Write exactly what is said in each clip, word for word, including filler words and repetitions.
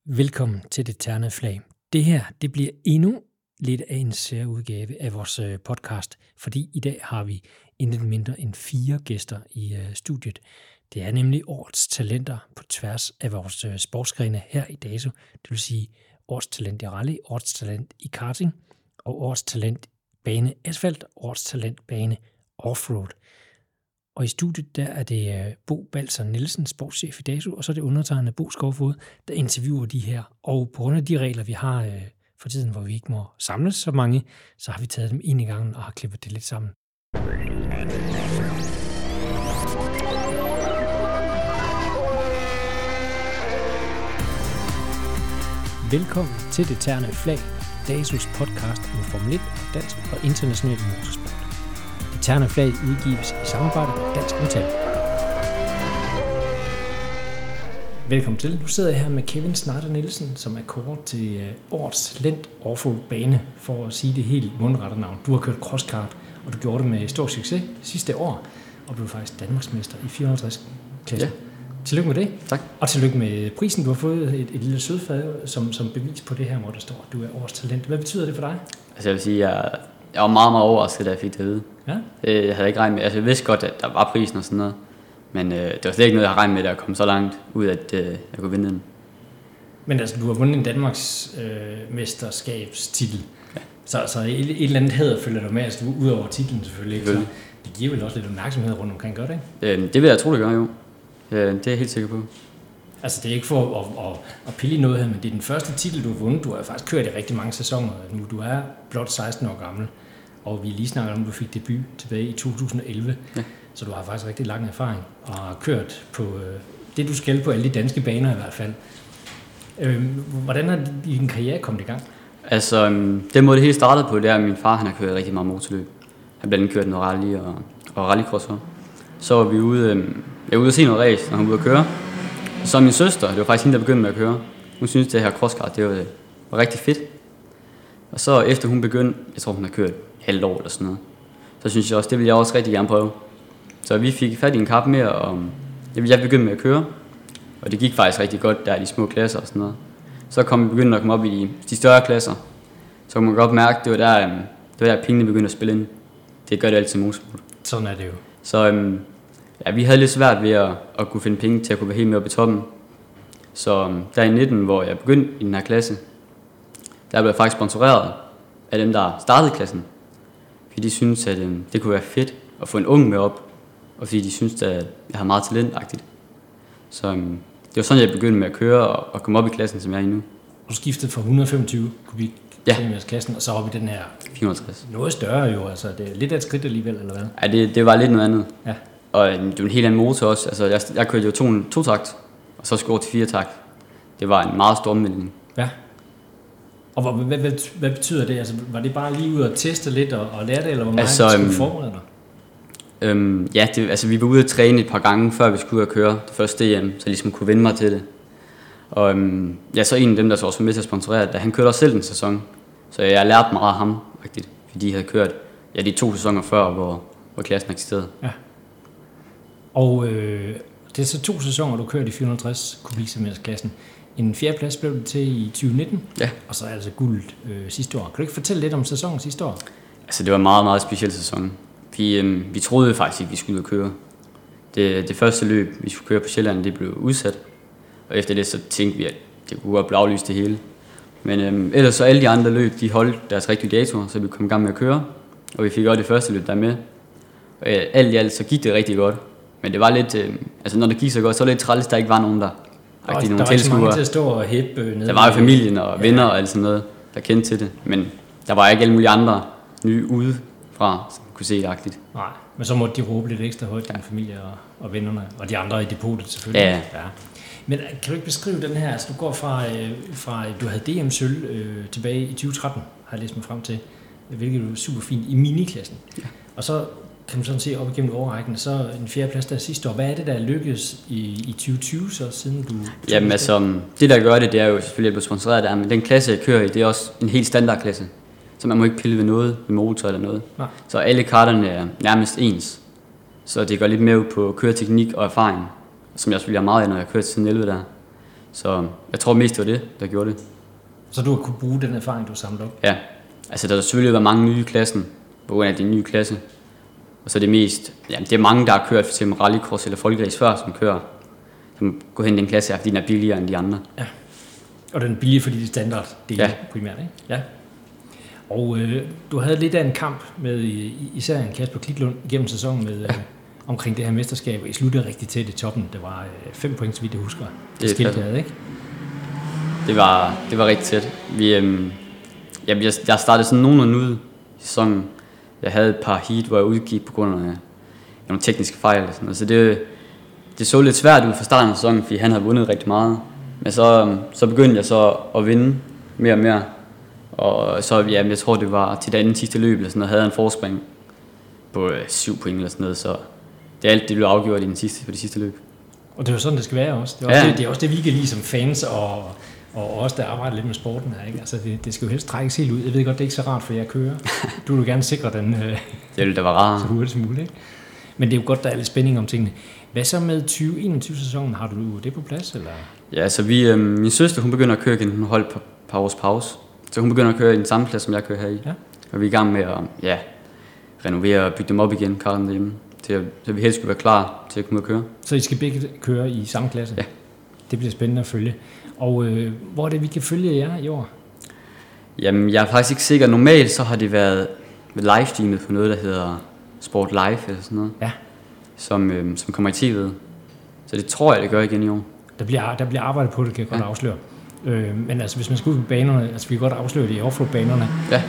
Velkommen til Det Ternede Flag. Det her det bliver endnu lidt af en særudgave af vores podcast, fordi i dag har vi intet mindre end fire gæster i studiet. Det er nemlig årets talenter på tværs af vores sportsgrene her i DASO. Det vil sige årets talent i rally, årets talent i karting og årets talent bane asfalt, årets talent bane offroad. Og i studiet der er det Bo Balser Nielsen, sportschef i DASO, og så er det undertegnede Bo Skovfod, der interviewer de her. Og på grund af de regler, vi har øh, for tiden, hvor vi ikke må samles så mange, så har vi taget dem ind i gangen og har klippet det lidt sammen. Velkommen til Det Ternede Flag, DASOs podcast om Formel et, dansk og international motorsport. Det Ternede Flag udgives i samarbejde med Dansk Metal. Velkommen til. Nu sidder jeg her med Kevin Snyder Nielsen, som er kåret til årets talent offroad bane, for at sige det helt mundrette navn. Du har kørt crosskart, og du gjorde det med stor succes sidste år, og blev faktisk Danmarksmester i fireoghalvtreds-klassen. Ja. Tillykke med det. Tak. Og tillykke med prisen. Du har fået et, et lille sødfad som, som bevis på det her, hvor der står, at du er årets talent. Hvad betyder det for dig? Altså jeg vil sige, jeg, jeg var meget, meget overrasket, da jeg fik det at vide. Ja? Jeg havde ikke regnet med, altså jeg vidste godt, at der var prisen og sådan noget, men øh, det var slet ikke noget, jeg havde regnet med, at jeg kom så langt ud, at øh, jeg kunne vinde den. Men altså, du har vundet en Danmarks øh, mesterskabstitel, ja. så, så et, et eller andet hæder følger du med, altså du ud over titlen selvfølgelig, ikke? Så det giver vel også lidt opmærksomhed rundt omkring, gør det ikke? Øh, det vil jeg tro, det gør jo. Øh, det er jeg helt sikker på. Altså det er ikke for at, at, at pille noget her, men det er den første titel, du har vundet. Du har faktisk kørt i rigtig mange sæsoner nu. Du er blot seksten år gammel, og vi lige snakker om, at du fik debut tilbage i to tusind og elleve. Ja. Så du har faktisk rigtig lang erfaring og har kørt på øh, det, du skal på alle de danske baner i hvert fald. Øh, hvordan har din karriere kommet i gang? Altså, øhm, den måde det hele startede på, det er, at min far han har kørt rigtig meget motorløb. Han blandt andet kørt noget rally og, og rallycross. Så var vi ude, øhm, jeg var ude at se noget race, når hun var ude at køre. Og så min søster, det var faktisk hende, der begyndte med at køre. Hun syntes, det her crosskart, det var, det var rigtig fedt. Og så efter hun begyndte, jeg tror hun har kørt halvt år eller sådan noget, så synes jeg også, det ville jeg også rigtig gerne prøve. Så vi fik fat i en kap mere, og jeg ville begynde med at køre. Og det gik faktisk rigtig godt der i de små klasser og sådan noget. Så kom vi begyndte at komme op i de, de større klasser. Så kunne man godt mærke, det var der, det var der pengene begyndte at spille ind. Det gør det altid i motorsport. Sådan er det jo. Så øhm, ja, vi havde lidt svært ved at, at kunne finde penge til at kunne være helt med oppe i toppen. Så øhm, der i nitten, hvor jeg begyndte i den her klasse, der blev jeg faktisk sponsoreret af dem, der startede klassen. Fordi de syntes, at øhm, det kunne være fedt at få en ung med op, og fordi de syntes, at jeg har meget talentagtigt. Så øhm, det var sådan, jeg begyndte med at køre og, og komme op i klassen, som jeg er i nu. Og du skiftede fra et hundrede og femogtyve kubik ja. klassen, og så op i den her fire hundrede og tres. Noget større jo, altså det er lidt af et skridt alligevel, eller hvad? Ja, det, det var lidt noget andet. Ja. Og det var en helt anden motor også. Altså, jeg, jeg kørte jo to, to takt, og så skulle over til fire takt. Det var en meget stor omvæltning. Ja. Og hvad, hvad, hvad, hvad betyder det? Altså, var det bare lige ud at teste lidt og, og lære det, eller hvor meget altså, skulle du forberede dig? Øhm, ja, det, altså vi var ude at træne et par gange, før vi skulle ud og køre det første D M, så jeg ligesom kunne vende mig til det. Og øhm, ja, så en af dem, der så også var med til at sponsorere det, han kørte også selv en sæson. Så jeg lærte meget af ham, rigtigt, fordi de havde kørt ja, de to sæsoner før, hvor, hvor klassen eksisterede. Ja. Og øh, det er så to sæsoner, du kørte i fire hundrede og tres kubikmeterklassen. En fjerdeplads blev det til i tyve nitten, ja. Og så altså guld øh, sidste år. Kan du ikke fortælle lidt om sæsonen sidste år? Altså det var en meget, meget speciel sæson. Vi, øh, vi troede faktisk ikke, vi skulle ud og køre. Det, det første løb, vi skulle køre på Sjælland, det blev udsat. Og efter det, så tænkte vi, at det kunne godt blive aflyst det hele. Men øh, ellers så alle de andre løb, de holdt deres rigtige datoer, så vi kom i gang med at køre. Og vi fik også det første løb der med. Og øh, alt i alt, så gik det rigtig godt. Men det var lidt, øh, altså når det gik så godt, så var det lidt træls, der ikke var nogen der. Der var, der var ikke så mange til at stå og hæppe nede. Der var jo familien og ja. venner og alt sådan noget, der kendte til det. Men der var ikke alle mulige andre nye udefra, som kunne se agtigt. Nej, men så måtte de råbe lidt ekstra højt, ja. din familie og, og vennerne, og de andre i depotet selvfølgelig. Ja. ja. Men kan du ikke beskrive den her, altså du går fra, øh, fra du havde D M-sølv øh, tilbage i tyve tretten, har jeg læst mig frem til, hvilket er super fint, i miniklassen. Ja. Og så kan man sådan se op igennem overrækken, så en fjerde plads der sidste år. Hvad er det, der lykkedes i, i tyve tyve, så siden du... Jamen altså, det der gør det, det er jo selvfølgelig, at jeg blev sponsoreret der, men den klasse, jeg kører i, det er også en helt standardklasse. Så man må ikke pille ved noget, ved motor eller noget. Nej. Så alle karterne er nærmest ens. Så det går lidt mere ud på køreteknik og erfaring, som jeg selvfølgelig har meget af, når jeg kører til siden elleve der. Så jeg tror mest, det var det, der gjorde det. Så du har kunne bruge den erfaring, du samlede op? Ja, altså der har selvfølgelig været mange nye i klassen, på grund af det nye klasse. Og så det mest, ja, det er mange, der har kørt for eksempel rallycross eller folkerace før, som kører, som går hen i den klasse her, fordi den er billigere end de andre. Ja, og den er billigere, fordi det er standard, det er ja. primært, ikke? Ja. Og øh, du havde lidt af en kamp med især en Kasper Klitlund gennem sæsonen med, øh, omkring det her mesterskab, og I sluttede rigtig tæt i toppen. Det var øh, fem point, så vidt jeg husker. Det, det skilte jeg, ikke? Det var, det var rigtig tæt. Vi, øhm, jeg, jeg startede sådan nogenlunde ud i sæsonen. Jeg havde et par heat, hvor jeg udgik på grund af nogle tekniske fejl. Og sådan noget. Så det, det så lidt svært ud fra starten af sæsonen, fordi han havde vundet rigtig meget. Men så, så begyndte jeg så at vinde mere og mere. Og så, ja, jeg tror, det var til det andet sidste løb, eller sådan noget, havde jeg en forspring på øh, syv point eller sådan noget. Så det er alt, det blev afgjort i den sidste, på det sidste løb. Og det er jo sådan, det skal være også. Det er også, ja. det, det, er også det, vi kan lide som fans, og, og også der arbejder lidt med sporten her. Ikke? Altså, det, det skal jo helst trækkes helt ud. Jeg ved godt, det er ikke så rart, for jeg kører. Du vil gerne sikre den øh, det ville da være rart. Så hurtigt som muligt. Ikke? Men det er jo godt, der er lidt spænding om tingene. Hvad så med tyve enogtyve-sæsonen? Har du det på plads? Eller? Ja, så vi, øh, min søster, hun begynder at køre igen. Hun holdt et par, par års pause. Så hun begynder at køre i den samme plads, som jeg kører her i. Ja. Og vi er i gang med at ja, renovere og bygge dem op igen, karten derhjemme. Til, så vi helst skulle være klar til at komme ud og køre. Så I skal begge køre i samme klasse? Ja. Det bliver spændende at følge. Og øh, hvor er det, vi kan følge jer i år? Jamen, jeg er faktisk ikke sikker. Normalt så har det været live-streamet på noget, der hedder Sport Live eller sådan noget. Ja. Som, øh, som kommer i tv'et. Så det tror jeg, det gør igen i år. Der bliver, der bliver arbejdet på det, kan jeg godt ja. afsløre. Øh, men altså, hvis man skal ud på banerne, altså vi kan godt afsløre det i offroad-banerne. Ja.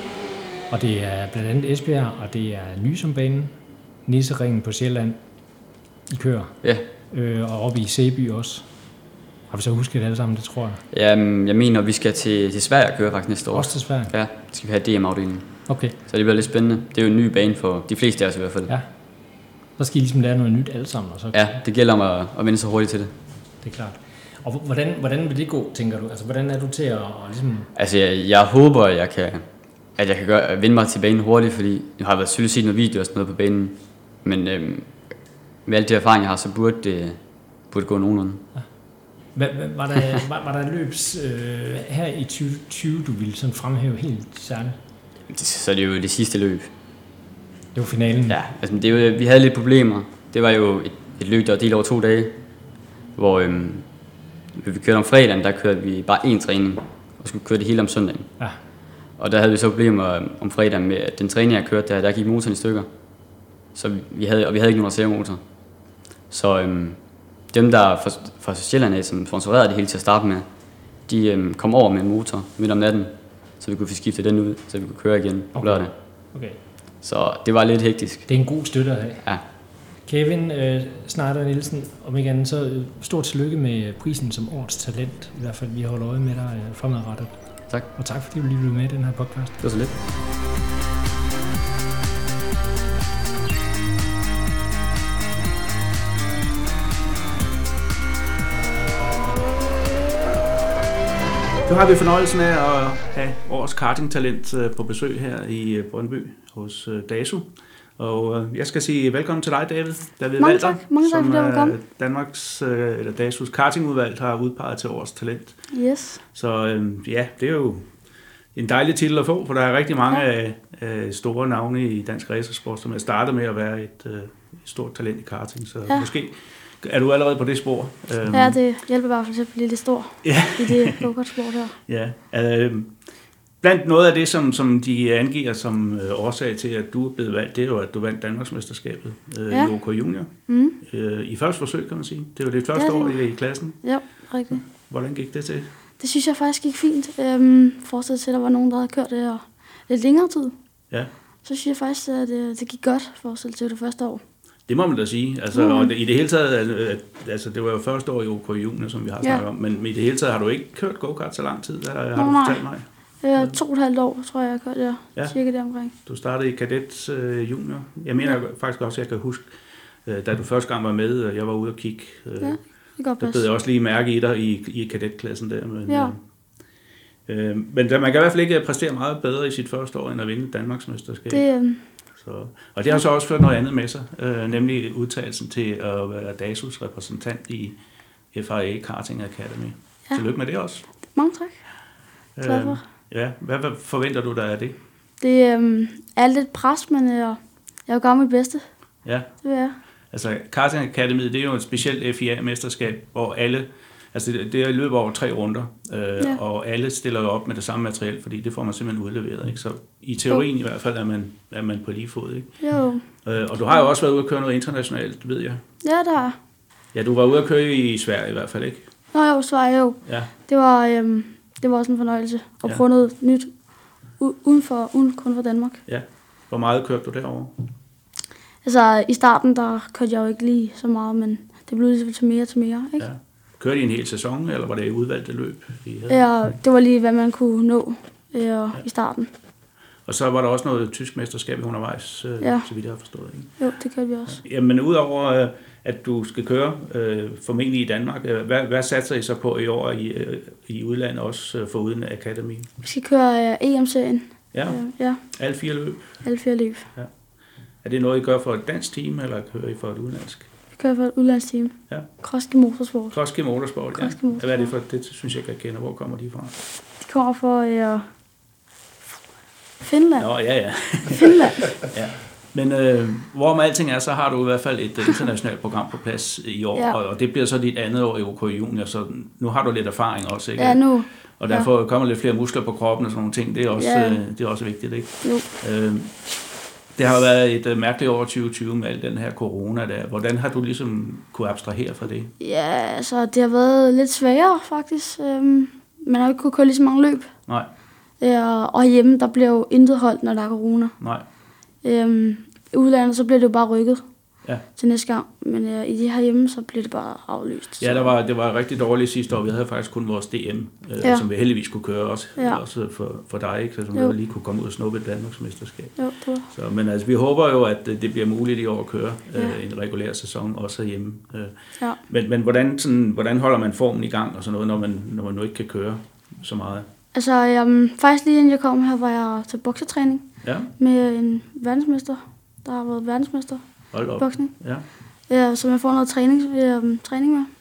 Og det er blandt andet Esbjerg, og det er Nysumbanen, Nisseringen på Sjælland, I kører. Ja. Øh, og oppe i Sæby også. Har vi så husket det alle sammen, det tror jeg? Jamen, jeg mener, vi skal til, til Sverige og køre faktisk næste år. Også til Sverige? Ja, det skal vi have D M-afdelingen. Okay. Så det bliver lidt spændende. Det er jo en ny bane for de fleste af os i hvert fald. Ja. Så skal I ligesom lære noget nyt alle sammen. Og så... Ja, det gælder om at, at vende så hurtigt til det. Det er klart. Og hvordan, hvordan vil det gå, tænker du? Altså, hvordan er du til at... at ligesom... Altså, jeg, jeg håber, at jeg kan, at jeg kan gøre, at vinde mig til banen hurtigt, fordi jeg har været selvfølgelig set noget video og sådan noget på banen. Men øhm, med alt det erfaring, jeg har, så burde det, burde det gå nogenlunde. Ja. Var, var, der, var, var der løbs øh, her i tyve tyve, du ville sådan fremhæve helt særligt? Så det er jo det sidste løb. Det var finalen? Ja, altså, det er jo, vi havde lidt problemer. Det var jo et, et løb, der var delt over to dage, hvor øhm, vi kørte om fredagen, der kørte vi bare én træning, og skulle køre det hele om søndagen. Ja. Og der havde vi så problemer om fredagen med, at den træning, jeg kørte, der, der gik motoren i stykker. Så vi havde, og vi havde ikke nogen reservemotor. Så øhm, dem, der fra, fra Sjælland af, som sponsorerede det hele til at starte med, de øhm, kom over med en motor midt om natten, så vi kunne få skiftet den ud, så vi kunne køre igen på lørdag. Okay. Så det var lidt hektisk. Det er en god støtte at have. Ja. Kevin øh, Schneider Nielsen, om ikke andet, så øh, stort tillykke med prisen som årets talent. I hvert fald, vi holder øje med dig øh, fremadrettet. Tak. Og tak fordi du lige blev med i den her podcast. Det var så lidt. Nu har vi fornøjelsen af at have årets kartingtalent på besøg her i Brøndby hos DASU. Og jeg skal sige velkommen til dig, David. David Mange Walter, tak. Mange tak, fordi du kom. Danmarks, eller DASUs kartingudvalg har udpeget til årets talent. Yes. Så ja, det er jo en dejlig titel at få, for der er rigtig mange ja. af store navne i dansk racersport, som er startet med at være et, et stort talent i karting. Så ja. Måske er du allerede på det spor. Ja, det hjælper i hvert fald til at blive lidt stor ja. i det go-kart-sport her. Ja, øh, blandt noget af det, som, som de angiver som øh, årsag til, at du er blevet valgt, det er jo, at du vandt Danmarksmesterskabet øh, ja. i O K Junior. Mm. Øh, I første forsøg, kan man sige. Det var det første ja, det år i, i klassen. Ja, rigtigt. Hvordan gik det til? Det synes jeg faktisk gik fint. Øhm, Forestil til, at der var nogen, der havde kørt det her lidt længere tid. Ja. Så synes jeg faktisk, at det, det gik godt, forestil til det første år. Det må man da sige. Altså, mm. og det, i det hele taget, altså det var jo første år i O K Junior, som vi har snakket ja. om, men i det hele taget har du ikke kørt go-kart så lang tid, har, har du fortalt mig? Ja, to og et halvt år, tror jeg, jeg har kørt der. Ja. Cirka der omkring. Du startede i kadet uh, junior. Jeg mener ja. faktisk også, at jeg kan huske, uh, da du første gang var med, og jeg var ude og kigge. Uh, ja, det går der blev jeg også lige mærke i dig i, i kadetklassen der. Men, ja. uh, men der, man kan i hvert fald ikke præstere meget bedre i sit første år, end at vinde Danmarksmesterskab. Det, um... så, og det har så også ført noget andet med sig, uh, nemlig udtagelsen til at være DASUs repræsentant i F I A Karting Academy. Ja. Tillykke med det også. Mange tak. Glad for. Øh, ja, hvad, hvad forventer du der af det? Det øh, er lidt pres, men jeg, jeg er jo gammel bedste. Ja. Det er Altså, Karting Academy, det er jo et specielt F I A-mesterskab, hvor alle, altså det, det er i løbet over tre runder, øh, ja. og alle stiller jo op med det samme materiel, fordi det får man simpelthen udleveret, ikke? Så i teorien jo. i hvert fald er man, er man på lige fod, ikke? Jo. Øh, og du har jo også været ude at køre noget internationalt, ved jeg. Ja, der er. Ja, du var ude at køre i Sverige i hvert fald, ikke? Nå, jeg var Sverige jo. Ja. Det var, øhm, det var også en fornøjelse at ja. prøve noget nyt u- uden, for, uden kun for Danmark. Ja. Hvor meget kørte du derovre? Altså, i starten, der kørte jeg jo ikke lige så meget, men det blev lige til mere til mere, ikke? Ja. Kørte I en hel sæson, eller var det et udvalgte løb? Ja, det var lige, hvad man kunne nå øh, ja. i starten. Og så var der også noget tysk mesterskab undervejs, øh, ja. så vidt jeg har forstået, ikke? Jo, det kørte vi også. Ja. Jamen, udover øh, at du skal køre øh, formentlig i Danmark, øh, hvad, hvad satser I så på i år i, øh, i udlandet, også øh, foruden Academy? Vi skal køre øh, E M-serien. Ja. Øh, ja, alle fire løb? Alle fire løb. Ja. Er det noget, I gør for et dansk team, eller kører I for et udenlandsk? Vi kører for et udlandsteam. Ja. Kroski Motorsport. Kroski Motorsport, ja. Kroski Motorsport. Hvad er det for? Det synes jeg ikke, jeg kender. Hvor kommer de fra? De kommer fra øh, Finland. Nå, ja, ja. Finland. ja. Men øh, hvorom alting er, så har du i hvert fald et internationalt program på plads i år, ja. og, og det bliver så dit andet år i O K Junior, så nu har du lidt erfaring også, ikke? Ja, nu. Og derfor ja. kommer lidt flere muskler på kroppen og sådan nogle ting. Det er også, ja. øh, det er også vigtigt, ikke? Jo. Øh, det har været et uh, mærkeligt år tyve tyve med al den her corona der. Hvordan har du ligesom kunne abstrahere fra det? Ja, altså det har været lidt sværere faktisk. Øhm, man har ikke kunnet køre lige så mange løb. Nej. Ja, og hjemme, der bliver jo intet holdt, når der er corona. Nej. Øhm, I udlandet, så bliver det jo bare rykket ja. til næste gang. Men øh, i det her hjemme, så bliver det bare aflyst. Ja, der var, det var rigtig dårligt sidste år. Vi havde faktisk kun vores D M, øh, ja. som vi heldigvis kunne køre også, ja. også for, for dig, ikke? Så som vi lige kunne komme ud og snuppe et Danmarksmesterskab. Jo, det var. Så, men altså, vi håber jo, at det bliver muligt i år at køre øh, ja. en regulær sæson, også hjemme. Øh. Ja. Men, men hvordan, sådan, hvordan holder man formen i gang, og sådan noget, når man, når man nu ikke kan køre så meget? Altså, jeg, faktisk lige inden jeg kom her, var jeg til boksetræning ja. med en verdensmester, der har været verdensmester i boksning. Ja. Ja, så jeg får noget træning, øh, træning med.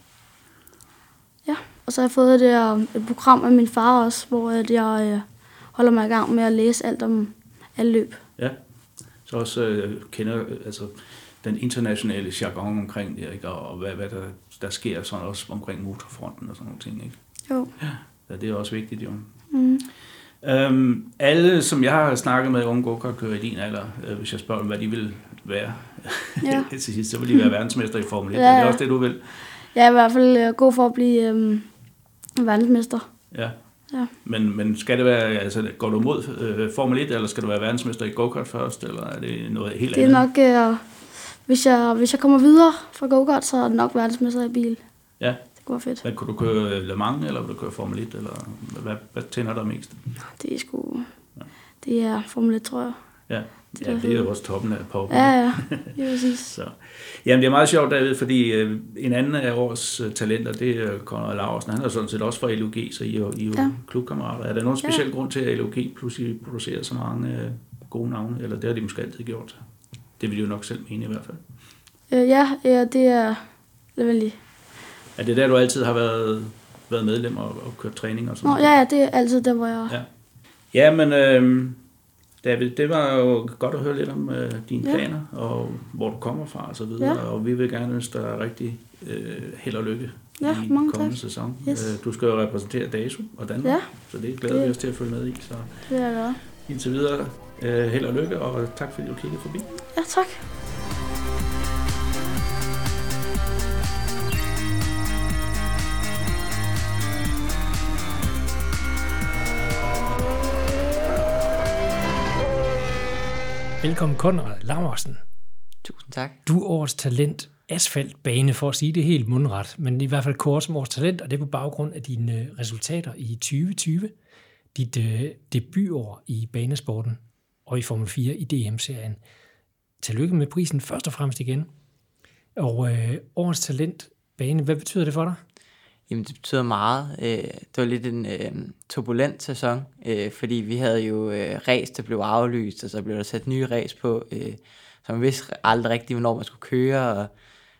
Ja, og så har jeg fået det, øh, et program af min far også, hvor at jeg øh, holder mig i gang med at læse alt om alle løb. Ja, så også øh, kender altså den internationale jargon omkring det, ikke? Og hvad, hvad der, der sker sådan også omkring motorfronten og sådan nogle ting, ikke? Jo. Ja, det er også vigtigt, jo. Mm. Øhm, alle, som jeg har snakket med unge go-kart-kører i din alder, øh, hvis jeg spørger dem, hvad de vil være, ja. til sidst, så vil de være verdensmester i Formel et. Ja, ja. Er det også det, du vil? Jeg er i hvert fald øh, god for at blive øh, verdensmester. Ja. Ja. Men, men skal det være, altså går du mod øh, Formel et, eller skal du være verdensmester i go-kart først, eller er det noget helt andet? Det er nok, øh, hvis, jeg, hvis jeg kommer videre fra go-kart, så er det nok verdensmester i bil. Ja. Det går fedt. Men kunne du køre Le Mans, eller vil du køre Formel et, eller hvad, hvad tænder dig mest? Det er sgu, ja. det er Formel et, tror jeg. Ja. Det, ja, det er jo også toppen af poppen. Ja, ja, det er præcis. Så. Jamen, det er meget sjovt, David, fordi øh, en anden af vores øh, talenter, det er Conrad Laursen. Han er sådan set også fra L O G, så I er jo, I er jo ja. klubkammerater. Er der nogen speciel ja. grund til, at L O G pludselig producerer så mange øh, gode navne? Eller det har de måske altid gjort? Det vil de jo nok selv mene i hvert fald. Øh, ja, ja, det er levendigt. Er det der, du altid har været, været medlem og, og kørt træning og sådan Nå, noget? Ja, ja, det er altid der, hvor jeg er. Ja, ja men... Øh, David, det var jo godt at høre lidt om øh, dine ja. planer, og hvor du kommer fra og så videre, ja. og vi vil gerne ønske dig rigtig øh, held og lykke ja, i den kommende sæson. Yes. Øh, du skal jo repræsentere DASO og Danmark, ja. så det glæder det, vi os til at følge med i. Så det er godt. Indtil videre, øh, held og lykke, og tak fordi du kiggede forbi. Ja, tak. Velkommen, Conrad Laursen. Tusind tak. Du er årets talent asfaltbane, for at sige det helt mundret, men i hvert fald kort som årets talent, og det er på baggrund af dine resultater i tyve tyve, dit øh, debutår i banesporten og i Formel fire i D M-serien. Tillykke med prisen først og fremmest igen. Og øh, årets talentbane, hvad betyder det for dig? Jamen, det betyder meget. Det var lidt en øh, turbulent sæson, øh, fordi vi havde jo øh, race, der blev aflyst, og så blev der sat nye race på, øh, så man vidste aldrig rigtigt, hvornår man skulle køre, og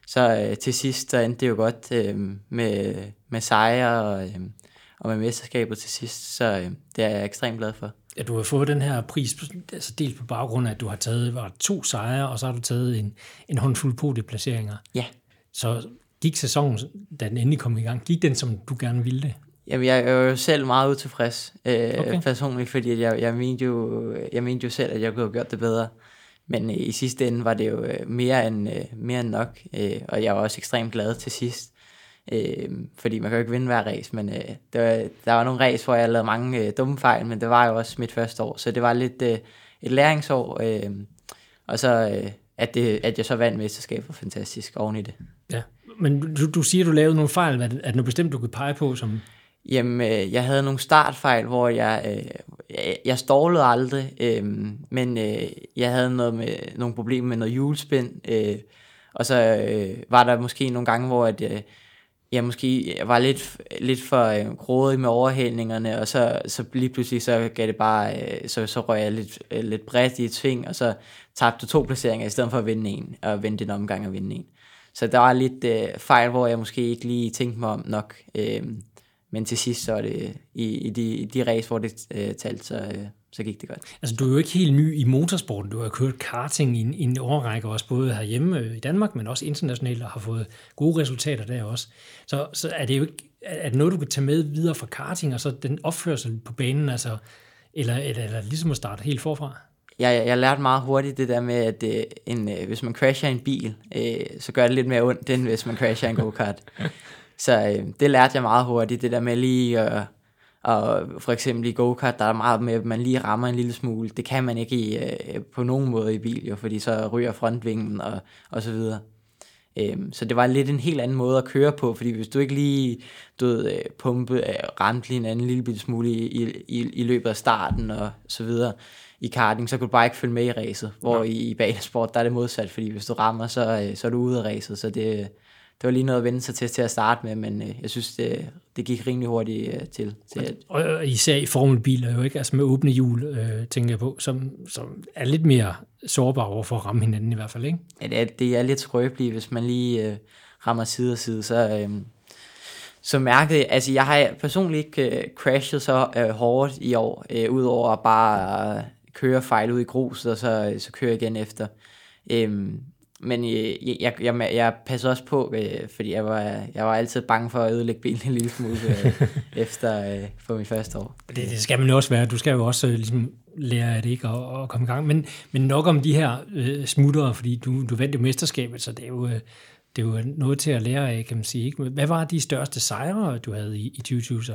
så øh, til sidst, så endte det jo godt øh, med, med sejre og, øh, og med mesterskabet til sidst, så øh, det er jeg ekstremt glad for. Ja, du har fået den her pris altså delt på baggrund af, at du har taget var to sejre, og så har du taget en, en håndfuld podieplaceringer. Ja. Så gik sæsonen, da den endelig kom i gang, gik den, som du gerne ville det? Jamen, jeg er jo selv meget utilfreds øh, okay. personligt, fordi jeg, jeg, mente jo, jeg mente jo selv, at jeg kunne have gjort det bedre. Men øh, i sidste ende var det jo øh, mere, end, øh, mere end nok, øh, og jeg var også ekstremt glad til sidst. Øh, fordi man kan jo ikke vinde hver race, men øh, der, var, der var nogle race, hvor jeg lavede mange øh, dumme fejl, men det var jo også mit første år, så det var lidt øh, et læringsår, øh, og så øh, at, det, at jeg så vandt mesterskab var fantastisk oven i det. Ja, men du, du siger, du lavede nogle fejl, er det noget bestemt, du kunne pege på? Som Jamen, øh, jeg havde nogle startfejl, hvor jeg, øh, jeg, jeg stålede aldrig, øh, men øh, jeg havde noget med, nogle problemer med noget hjulspind, øh, og så øh, var der måske nogle gange, hvor at, øh, jeg måske var lidt, lidt for øh, grådig med overhældningerne, og så, så lige pludselig så gav det bare, øh, så, så røg jeg lidt, øh, lidt bredt i et sving, og så tabte to placeringer i stedet for at vinde en, og vente en omgang og vinde en. Så der var lidt øh, fejl, hvor jeg måske ikke lige tænkte mig om nok, øh, men til sidst så er det i, i, de, i de race, hvor det øh, talte, så, øh, så gik det godt. Altså du er jo ikke helt ny i motorsporten, du har kørt karting i en, i en årrække også, både herhjemme i Danmark, men også internationalt, og har fået gode resultater der også. Så, så er det jo ikke, er det noget, du kan tage med videre fra karting, og så den opførsel på banen, altså, eller, eller, eller ligesom at starte helt forfra? Jeg, jeg, jeg lærte meget hurtigt det der med, at øh, en, øh, hvis man crasher en bil, øh, så gør det lidt mere ondt, end hvis man crasher en go-kart. Så øh, det lærte jeg meget hurtigt, det der med lige at, og for eksempel i go-kart, der er meget med, at man lige rammer en lille smule. Det kan man ikke i, øh, på nogen måde i bil, jo, fordi så ryger frontvingen og, og så videre. Øh, så det var lidt en helt anden måde at køre på, fordi hvis du ikke lige du ved, pumpe, øh, ramte lige en anden lille bitte smule i, i, i løbet af starten og så videre i karting, så kunne du bare ikke følge med i racet. Hvor ja. i, i banesport, der er det modsat, fordi hvis du rammer, så, så er du ude af racet, så det... Det var lige noget at vende sig til, til at starte med, men øh, jeg synes, det, det gik rimelig hurtigt øh, til. til at... Og især i formelbiler jo ikke, altså med åbne hjul, øh, tænker jeg på, som, som er lidt mere sårbare over for at ramme hinanden i hvert fald, ikke? Ja, det er, det er lidt skrøbeligt, hvis man lige øh, rammer side og side, så, øh, så mærkede jeg, altså jeg har personligt ikke øh, crashet så øh, hårdt i år, øh, udover at bare øh, køre fejl ud i grus, og så, så køre igen efter. Øh, Men jeg, jeg, jeg, jeg passede også på, øh, fordi jeg var, jeg var altid bange for at ødelægge bilen en lille smule øh, efter øh, for mit første år. Det, det skal man jo også være. Du skal jo også øh, ligesom lære af det, ikke, og, og komme i gang. Men, men nok om de her øh, smuttere, fordi du, du vandt jo mesterskabet, så det er jo, øh, det er jo noget til at lære af, kan man sige. Ikke? Hvad var de største sejre, du havde i, i tyve tyve så?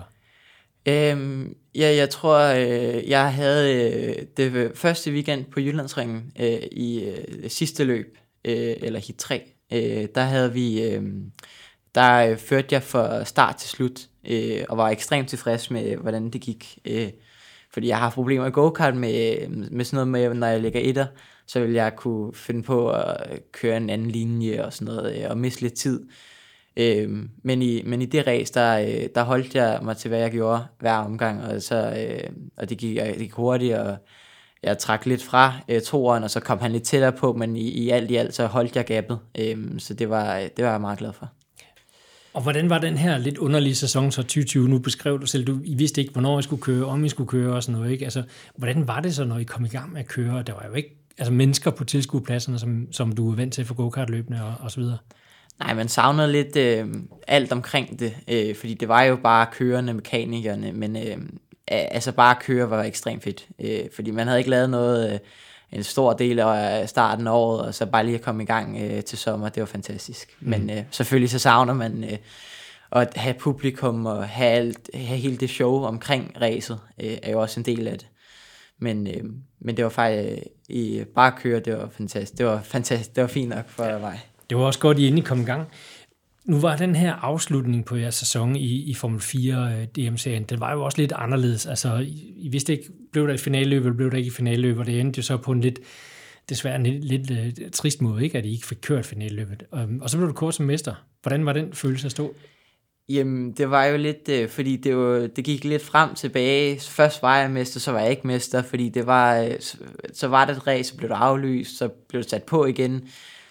Øhm, ja, jeg tror, øh, jeg havde øh, det første weekend på Jyllandsringen øh, i øh, sidste løb, øh, eller hit tre, øh, der havde vi, øh, der øh, førte jeg fra start til slut, øh, og var ekstremt tilfreds med, hvordan det gik. Øh, fordi jeg har problemer i go-kart med, med sådan noget med, når jeg ligger etter, så vil jeg kunne finde på at køre en anden linje og sådan noget, øh, og miste lidt tid. Øh, men, i, men i det race, der, øh, der holdt jeg mig til, hvad jeg gjorde hver omgang, og, så, øh, og det, gik, det gik hurtigt, og jeg trak lidt fra øh, toeren, og så kom han lidt tættere på, men i, i alt i alt, så holdt jeg gabet, øh, så det var, det var jeg meget glad for. Og hvordan var den her lidt underlige sæson, så tyve tyve, nu beskrev du selv, du, I vidste ikke, hvornår I skulle køre, om I skulle køre og sådan noget, ikke? Altså, hvordan var det så, når I kom i gang med at køre? Der var jo ikke altså, mennesker på tilskuerpladserne, som, som du er vant til for go-kart-løbende og, og så videre. Nej, man savnede lidt øh, alt omkring det, øh, fordi det var jo bare kørende, mekanikerne, men øh, altså bare køre var ekstremt fedt, øh, fordi man havde ikke lavet noget, øh, en stor del af starten af året, og så bare lige at komme i gang øh, til sommer, det var fantastisk. Mm. Men øh, selvfølgelig så savner man øh, at have publikum og have, alt, have hele det show omkring racet, øh, er jo også en del af det. Men, øh, men det var faktisk, øh, i bare køre, det var fantastisk, det var fantastisk, det var fint nok for mig. Det var også godt, I endelig kom i gang. Nu var den her afslutning på jeres sæson i, i Formel fire D M-serien, den var jo også lidt anderledes. Altså, I, I vidste ikke, blev der et finaleløb, eller blev der ikke et finaleløb, og det endte jo så på en lidt, desværre en lidt, lidt uh, trist måde, ikke, at I ikke fik kørt finaleløbet. Um, og så blev du kort som mester. Hvordan var den følelse at stå? Jamen, det var jo lidt, øh, fordi det, var, det gik lidt frem tilbage. Først var jeg mester, så var jeg ikke mester, fordi det var, øh, så var det et race, så blev det aflyst, så blev det sat på igen.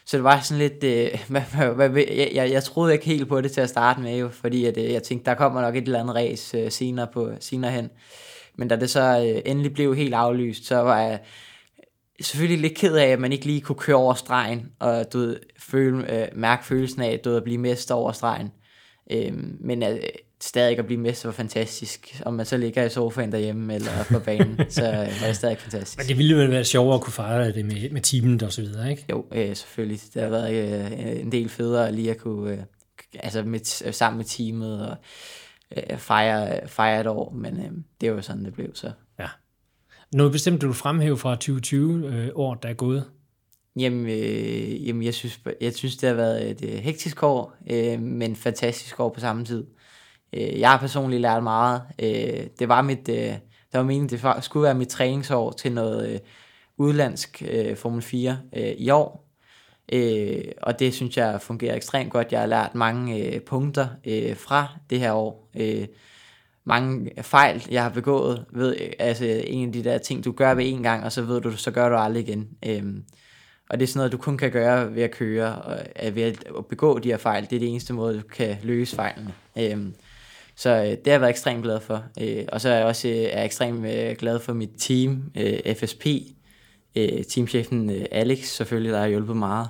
så det var sådan lidt, øh, hvad, hvad, hvad, jeg, jeg, jeg troede ikke helt på det til at starte med jo, fordi at, øh, jeg tænkte, der kommer nok et eller andet race øh, senere, på, senere hen. Men da det så øh, endelig blev helt aflyst, så var jeg selvfølgelig lidt ked af, at man ikke lige kunne køre over stregen, og du ved, føle, øh, mærke følelsen af du ved, at blive mester over stregen. Øh, men øh, stadig at blive mester var fantastisk, om man så ligger i sofaen derhjemme eller på banen, så øh, var det stadig fantastisk. Men det ville jo være sjovere at kunne fejre det med, med teamet og så videre, ikke? Jo, øh, selvfølgelig. Det har været øh, en del federe lige at kunne, øh, altså med, sammen med teamet og øh, fejre, fejre et år, men øh, det er jo sådan, det blev så. Ja. Noget bestemt, du fremhæve fra tyve tyve øh, år, der er gået? Jamen, øh, jamen jeg, synes, jeg synes, det har været et øh, hektisk år, øh, men fantastisk år på samme tid. Øh, jeg har personligt lært meget. Øh, det var mit, øh, det var meningen, det skulle være mit træningsår til noget øh, udlandsk øh, Formel fire øh, i år. Øh, og det synes jeg fungerer ekstremt godt. Jeg har lært mange øh, punkter øh, fra det her år. Øh, mange fejl, jeg har begået. Ved, altså en af de der ting, du gør ved en gang, og så ved du, så gør du aldrig igen. Øh, Og det er sådan noget, du kun kan gøre ved at køre, og ved at begå de her fejl. Det er det eneste måde, du kan løse fejlene. Øhm, så øh, det har jeg været ekstremt glad for. Øh, og så er jeg også øh, er ekstremt øh, glad for mit team, øh, F S P. Øh, teamchefen øh, Alex selvfølgelig, der har hjulpet meget.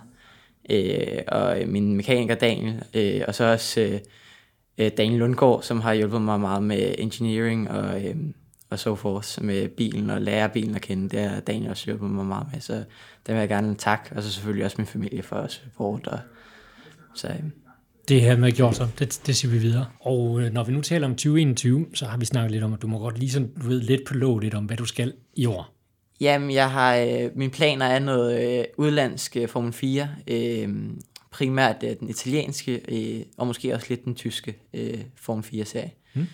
Øh, og øh, min mekaniker Daniel. Øh, og så også øh, Daniel Lundgaard, som har hjulpet mig meget med engineering og... Øh, og så forth med bilen og lære bilen at kende. Det har Daniel også hjulpet mig meget med, så det vil jeg gerne takke. Og så selvfølgelig også min familie for support. Og, så, det her med gjort så, det, det siger vi videre. Og øh, når vi nu taler om tyve enogtyve, så har vi snakket lidt om, at du må godt lige sådan, du ved, lidt på låget lidt om, hvad du skal i år. Jamen, jeg har, øh, mine planer er noget øh, udlandsk øh, Formel fire, øh, primært øh, den italienske, øh, og måske også lidt den tyske øh, Formel fire-serie. Hmm.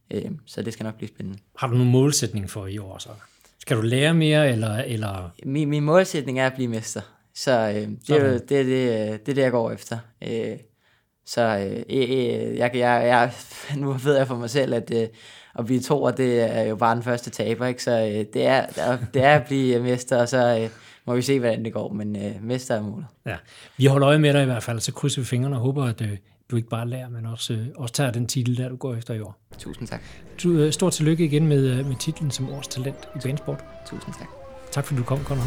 Så det skal nok blive spændende. Har du nogen målsætning for i år så? Skal du lære mere, eller... eller? Min, min målsætning er at blive mester. Så øh, det, er jo, det, det, det, det er det, jeg går efter. Øh, så øh, øh, jeg, jeg, jeg, nu ved jeg for mig selv, at øh, at blive toer, det er jo bare den første taber, ikke? Så øh, det, er, det er at blive mester, og så øh, må vi se, hvordan det går. Men øh, mester er målet. Ja. Vi holder øje med dig i hvert fald, så krydser vi fingrene og håber, at... Øh, du ikke bare lærer, men også, øh, også tager den titel, der du går efter i år. Tusind tak. Du, øh, stort tillykke igen med, med titlen som årets talent i banesport. Tusind tak. Tak fordi du kom, Conrad.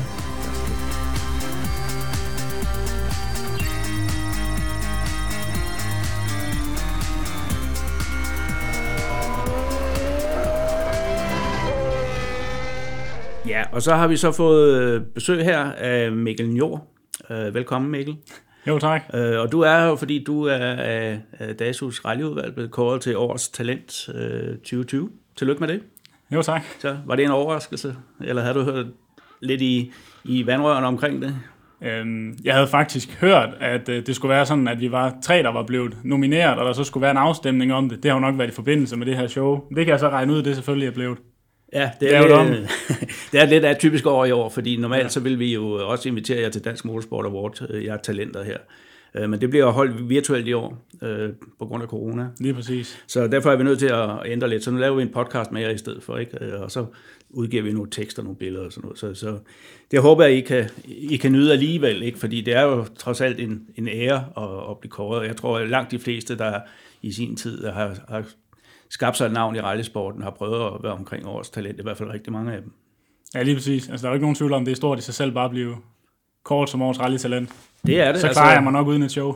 Ja, og så har vi så fået besøg her af Mikkel Njord. Velkommen, Mikkel. Jo, tak. Øh, og du er her, fordi du er af, af D A S U's rallyudvalg blevet kåret til årets talent øh, tyve tyve. Tillykke med det. Jo, tak. Så var det en overraskelse, eller havde du hørt lidt i, i vandrørene omkring det? Øhm, jeg havde faktisk hørt, at øh, det skulle være sådan, at vi var tre, der var blevet nomineret, og der så skulle være en afstemning om det. Det har jo nok været i forbindelse med det her show. Det kan jeg så regne ud, det selvfølgelig er blevet. Ja, det er, det, det er lidt af et typisk år i år, fordi normalt ja. så vil vi jo også invitere jer til Dansk Motorsport Award, jeg er talenter her. Men det bliver jo holdt virtuelt i år, øh, på grund af corona. Lige præcis. Så derfor er vi nødt til at ændre lidt. Så nu laver vi en podcast med jer i stedet for, ikke? Og så udgiver vi nogle tekster, nogle billeder og sådan noget. Så, så det håber jeg, I kan, I kan nyde alligevel, ikke? Fordi det er jo trods alt en, en ære at, at blive kåret. Jeg tror, at langt de fleste, der i sin tid har, har skabt sig et navn i rallysporten, har prøvet at være omkring årets talent. I hvert fald rigtig mange af dem. Ja, lige præcis. Altså, der er jo ikke nogen tvivl om, det er stort i sig selv bare at blive kort som årets rallytalent. Det er det. Så klarer altså, jeg mig nok uden et show.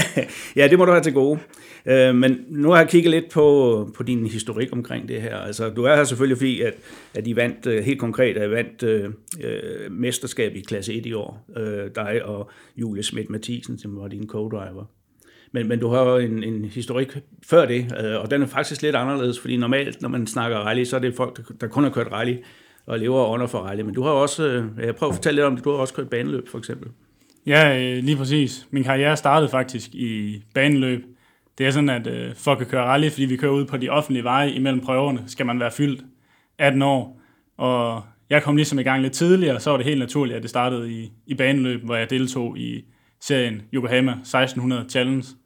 Ja, det må du have til gode. Øh, men nu har jeg kigget lidt på, på din historik omkring det her. Altså, du er her selvfølgelig, fordi at, at I vandt, helt konkret, at I vandt øh, mesterskab i klasse et i år. Øh, dig og Julie Schmidt-Mathisen, som var din co-driver. Men, men du har jo en, en historik før det, øh, og den er faktisk lidt anderledes, fordi normalt, når man snakker rally, så er det folk, der, der kun har kørt rally og lever under for rally. Men du har også, øh, jeg prøver at fortælle lidt om det, du har også kørt baneløb, for eksempel. Ja, lige præcis. Min karriere startede faktisk i baneløb. Det er sådan, at øh, for at kan køre rally, fordi vi kører ud på de offentlige veje imellem prøverne, skal man være fyldt atten år. Og jeg kom ligesom i gang lidt tidligere, så var det helt naturligt, at det startede i, i baneløb, hvor jeg deltog i serien Yokohama seksten hundrede Challenge. Og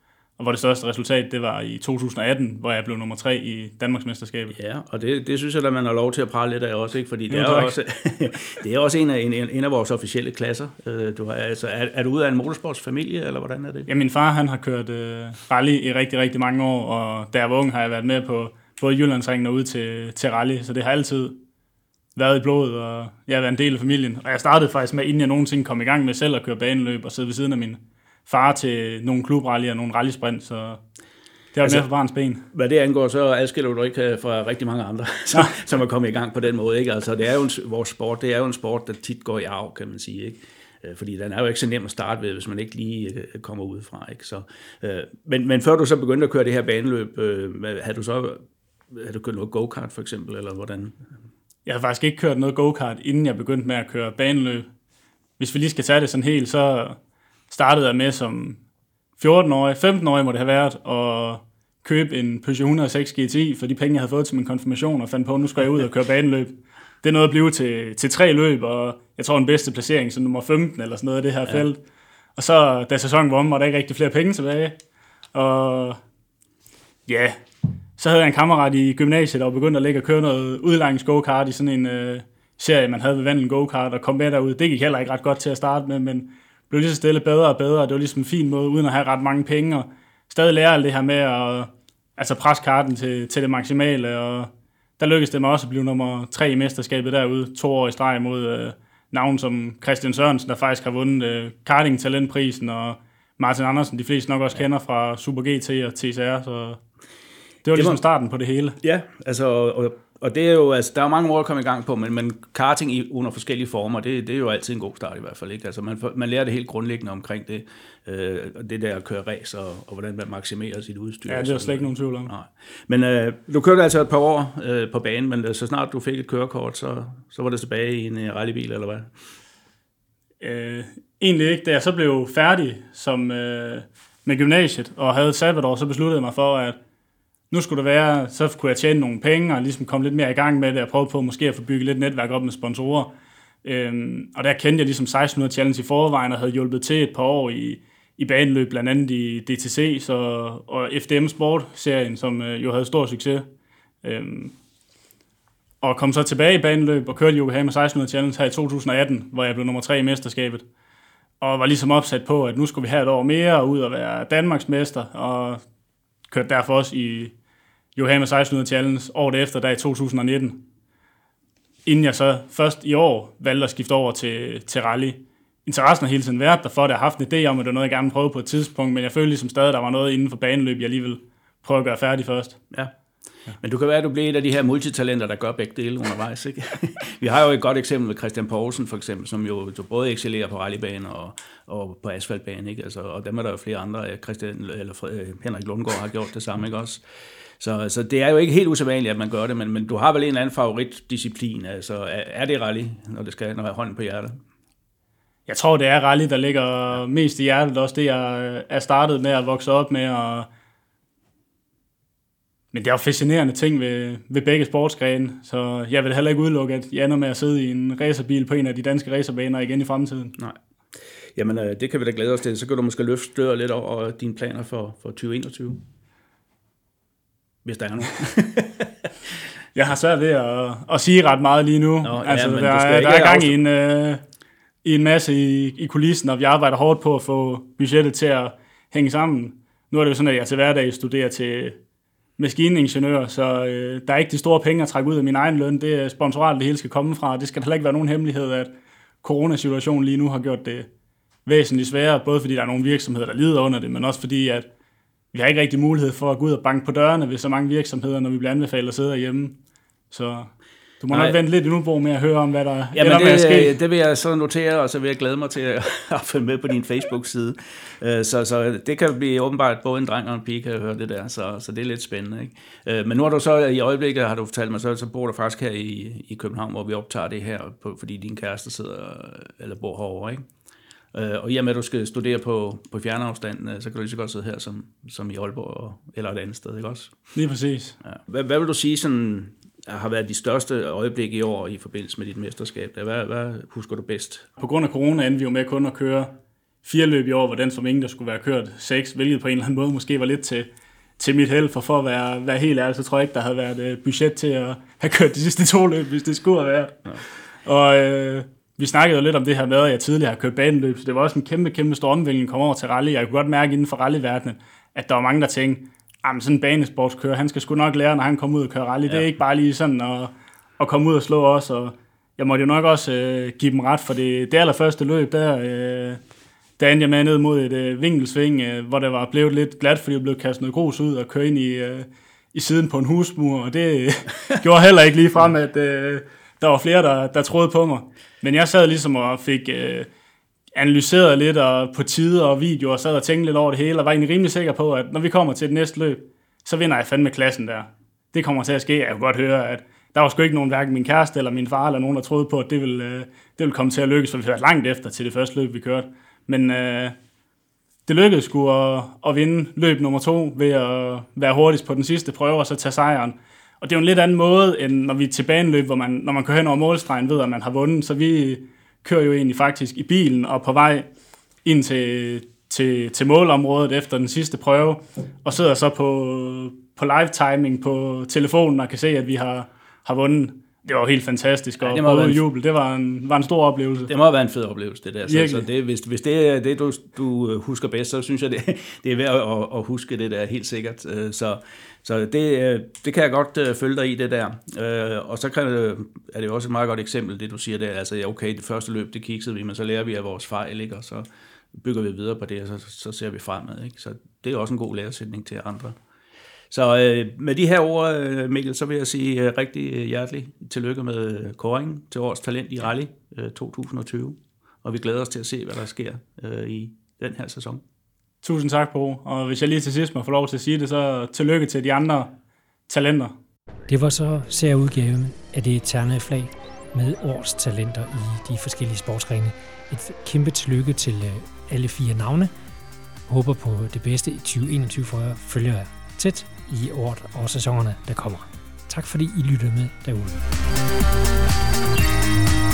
og hvor det største resultat, det var i to tusind atten, hvor jeg blev nummer tre i Danmarksmesterskabet. Ja, og det, det synes jeg, at man har lov til at prale lidt af også, ikke? Fordi det jo, er, også, det er også en af, en, en af vores officielle klasser. Du har, altså, er, er du ude af en motorsportsfamilie, eller hvordan er det? Ja, min far han har kørt øh, rally i rigtig, rigtig mange år, og da jeg var ung, har jeg været med på både Jyllandsringen og ude til, til rally, så det har altid været i blodet, og jeg har været en del af familien. Og jeg startede faktisk med, inden jeg nogensinde kom i gang med selv at køre baneløb, og sidde ved siden af min far til nogle klubrally og nogle rallysprint, så det var altså, mere for barns ben. Hvad det angår, så adskiller du ikke fra rigtig mange andre, som, som er kommet i gang på den måde. Ikke? Altså, det er jo en, vores sport, det er jo en sport, der tit går i arv, kan man sige. Ikke? Fordi den er jo ikke så nem at starte ved, hvis man ikke lige kommer udefra. Ikke? Så, øh, men, men før du så begyndte at køre det her baneløb, øh, havde du så havde du kørt noget go-kart for eksempel, eller hvordan? Jeg har faktisk ikke kørt noget go-kart, inden jeg begyndte med at køre baneløb. Hvis vi lige skal tage det sådan helt, så startede jeg med som fjorten-årig, femten-årig må det have været, og købe en Peugeot et hundrede og seks G T I for de penge, jeg havde fået til min konfirmation, og fandt på, at nu skal jeg ud og køre baneløb. Det er noget at blive til, til tre løb, og jeg tror, den bedste placering, som nummer femten eller sådan noget af det her ja. felt. Og så, da sæsonen var om, var der ikke rigtig flere penge tilbage. Og ja, så havde jeg en kammerat i gymnasiet, der var begyndt at lægge og køre noget udlejnings go-kart i sådan en øh, serie, man havde ved Vandel go-kart, og kom med derud. Det gik heller ikke ret godt til at starte med, men blev lige så stille bedre og bedre. Det var ligesom en fin måde, uden at have ret mange penge, og stadig lære alt det her med at altså presse karten til, til det maksimale, og der lykkedes det mig også at blive nummer tre i mesterskabet derude, to år i streg mod øh, navn som Christian Sørensen, der faktisk har vundet øh, karting-talentprisen, og Martin Andersen, de fleste nok også kender fra Super G T og T C R, så det var ligesom starten på det hele. Ja, altså, og, og det er jo, altså, der er jo mange måder at komme i gang på, men, men karting i, under forskellige former, det, det er jo altid en god start i hvert fald, ikke? Altså, man, man lærer det helt grundlæggende omkring det, øh, det der at køre race, og, og hvordan man maksimerer sit udstyr. Ja, det er slet ikke nogen tvivl om. Nej. Men øh, du kørte altså et par år øh, på banen, men så snart du fik et kørekort, så, så var det tilbage i en uh, rallybil, eller hvad? Øh, egentlig ikke. Da jeg så blev færdig som, øh, med gymnasiet, og havde et sabbatår, så besluttede jeg mig for, at nu skulle det være, så kunne jeg tjene nogle penge, og ligesom komme lidt mere i gang med det, og prøve på måske at få bygget lidt netværk op med sponsorer. Øhm, og der kendte jeg ligesom seksten hundrede Challenge i forvejen, og havde hjulpet til et par år i, i baneløb, blandt andet i D T C så, og F D M Sport-serien, som øh, jo havde stor succes. Øhm, og kom så tilbage i baneløb og kørte Yokohama seksten hundrede Challenge her i to tusind atten, hvor jeg blev nummer tre i mesterskabet. Og var ligesom opsat på, at nu skulle vi have et år mere og ud og være Danmarksmester, og kørte derfor også i Yokohama seksten hundrede Challenge året efter, der i to tusind nitten. Inden jeg så først i år valgte at skifte over til, til rally. Interessen har hele tiden været derfor, at jeg har haft en idé om, at det var noget, jeg gerne ville prøve på et tidspunkt, men jeg følte ligesom stadig, at der var noget inden for baneløb, jeg lige ville prøve at gøre færdig først. Ja. Ja. Men du kan være, at du bliver et af de her multitalenter, der gør begge dele undervejs, ikke? Vi har jo et godt eksempel med Christian Poulsen, for eksempel, som jo både excellerer på rallybanen og, og på asfaltbanen, ikke? Altså, og dem er der jo flere andre. Christian, eller Henrik Lundgaard har gjort det samme, ikke også? Så, så det er jo ikke helt usædvanligt, at man gør det, men, men du har vel en eller anden favoritdisciplin. Altså, er, er det rally, når det skal, når jeg har hånden på hjertet? Jeg tror, det er rally, der ligger mest i hjertet. Også det, jeg er startet med at vokse op med, og men det er jo fascinerende ting ved, ved begge sportsgrene, så jeg vil heller ikke udelukke, at jeg ender med at sidde i en racerbil på en af de danske racerbaner igen i fremtiden. Nej. Jamen, det kan vi da glæde os til. Så kan du måske løfte sløret lidt over dine planer for, for tyve enogtyve. Hvis der er nogen. Jeg har svært ved at, at sige ret meget lige nu. Nå, altså, ja, der, er, der er gang i en, øh, i en masse i, i kulissen, og vi arbejder hårdt på at få budgettet til at hænge sammen. Nu er det jo sådan, at jeg til hverdag studerer til maskiningeniør, så øh, der er ikke de store penge at trække ud af min egen løn. Det er sponsorat, det hele skal komme fra. Det skal heller ikke være nogen hemmelighed, at coronasituationen lige nu har gjort det væsentligt sværere, både fordi der er nogle virksomheder, der lider under det, men også fordi, at vi har ikke rigtig mulighed for at gå ud og banke på dørene ved så mange virksomheder, når vi bliver anbefalet at sidde derhjemme. Så du må Nej. nok vente lidt endnu på med at høre om, hvad der ja, ender det, med at ske. Det vil jeg så notere, og så vil jeg glæde mig til at, at følge med på din Facebook-side. Så, så det kan blive åbenbart både en dreng og en pige, kan jeg høre det der, så, så det er lidt spændende. Ikke? Men nu har du så i øjeblikket, har du fortalt mig, så, så bor du faktisk her i, i København, hvor vi optager det her, på, fordi din kæreste sidder eller bor herovre, ikke? Og i og med, at du skal studere på, på fjernafstand, så kan du lige så godt sidde her som, som i Aalborg eller et andet sted, ikke også? Lige præcis. Ja. Hvad, hvad vil du sige sådan, har været de største øjeblikke i år i forbindelse med dit mesterskab? Hvad, hvad husker du bedst? På grund af corona endte vi jo med kun at køre fire løb i år, hvor den som ingen, der skulle være kørt seks, hvilket på en eller anden måde måske var lidt til, til mit held, for for at være, være helt ærlig, så tror jeg ikke, der havde været budget til at have kørt de sidste to løb, hvis det skulle have været. Ja. Og øh, vi snakkede jo lidt om det her med, at jeg tidligere har kørt baneløb, så det var også en kæmpe, kæmpe stor omvæltning at komme over til rally. Jeg kunne godt mærke inden for rallyverdenen, at der var mange, der tænkte, at sådan en banesportskører, han skal sgu nok lære, når han kommer ud og kører rally. Ja. Det er ikke bare lige sådan at, at komme ud og slå os, og jeg måtte jo nok også øh, give dem ret, for det, det allerførste løb, der, øh, der endte jeg med ned mod et øh, vinkelsving, øh, hvor der var blevet lidt glat, fordi jeg blev kastet noget grus ud og køre ind i, øh, i siden på en husmur, og det gjorde heller ikke lige frem, at øh, der var flere, der, der troede på mig. Men jeg sad ligesom og fik øh, analyseret lidt og på tider og videoer, og sad og tænkte lidt over det hele, og var egentlig rimelig sikker på, at når vi kommer til det næste løb, så vinder jeg fandme klassen der. Det kommer til at ske. Jeg kunne godt høre, at der var sgu ikke nogen, hverken min kæreste eller min far, eller nogen, der troede på, at det ville, øh, det ville komme til at lykkes, for vi var langt efter til det første løb, vi kørte. Men øh, det lykkedes sgu at, at vinde løb nummer to, ved at være hurtigst på den sidste prøve, og så tage sejren. Og det er jo en lidt anden måde, end når vi er til baneløb, hvor man, når man kører hen over målstregen, ved at man har vundet. Så vi kører jo egentlig faktisk i bilen og på vej ind til, til, til målområdet efter den sidste prøve, og sidder så på, på live timing på telefonen og kan se, at vi har, har vundet. Det var helt fantastisk, og ja, det både jubel, det var en, var en stor oplevelse. Det må være en fed oplevelse, det der. Så, så det, hvis, hvis det er det, du, du husker bedst, så synes jeg, det, det er værd at, at huske det der helt sikkert. Så, så det, det kan jeg godt følge dig i, det der. Og så kan, er det jo også et meget godt eksempel, det du siger der. Altså, okay, det første løb, det kiksede vi, men så lærer vi af vores fejl, ikke? Og så bygger vi videre på det, og så, så ser vi fremad. Ikke? Så det er også en god læresætning til andre. Så øh, med de her ord, Mikkel, så vil jeg sige øh, rigtig hjertelig tillykke med kåringen til årets talent i rally øh, to tusind og tyve. Og vi glæder os til at se, hvad der sker øh, i den her sæson. Tusind tak, Bo. Og hvis jeg lige til sidst må få lov til at sige det, så tillykke til de andre talenter. Det var så særudgaven af det eterne flag med årets talenter i de forskellige sportsgrene. Et kæmpe tillykke til alle fire navne. Håber på det bedste i tyve enogtyve, for jeg følger tæt i året og sæsonerne, der kommer. Tak fordi I lyttede med derude.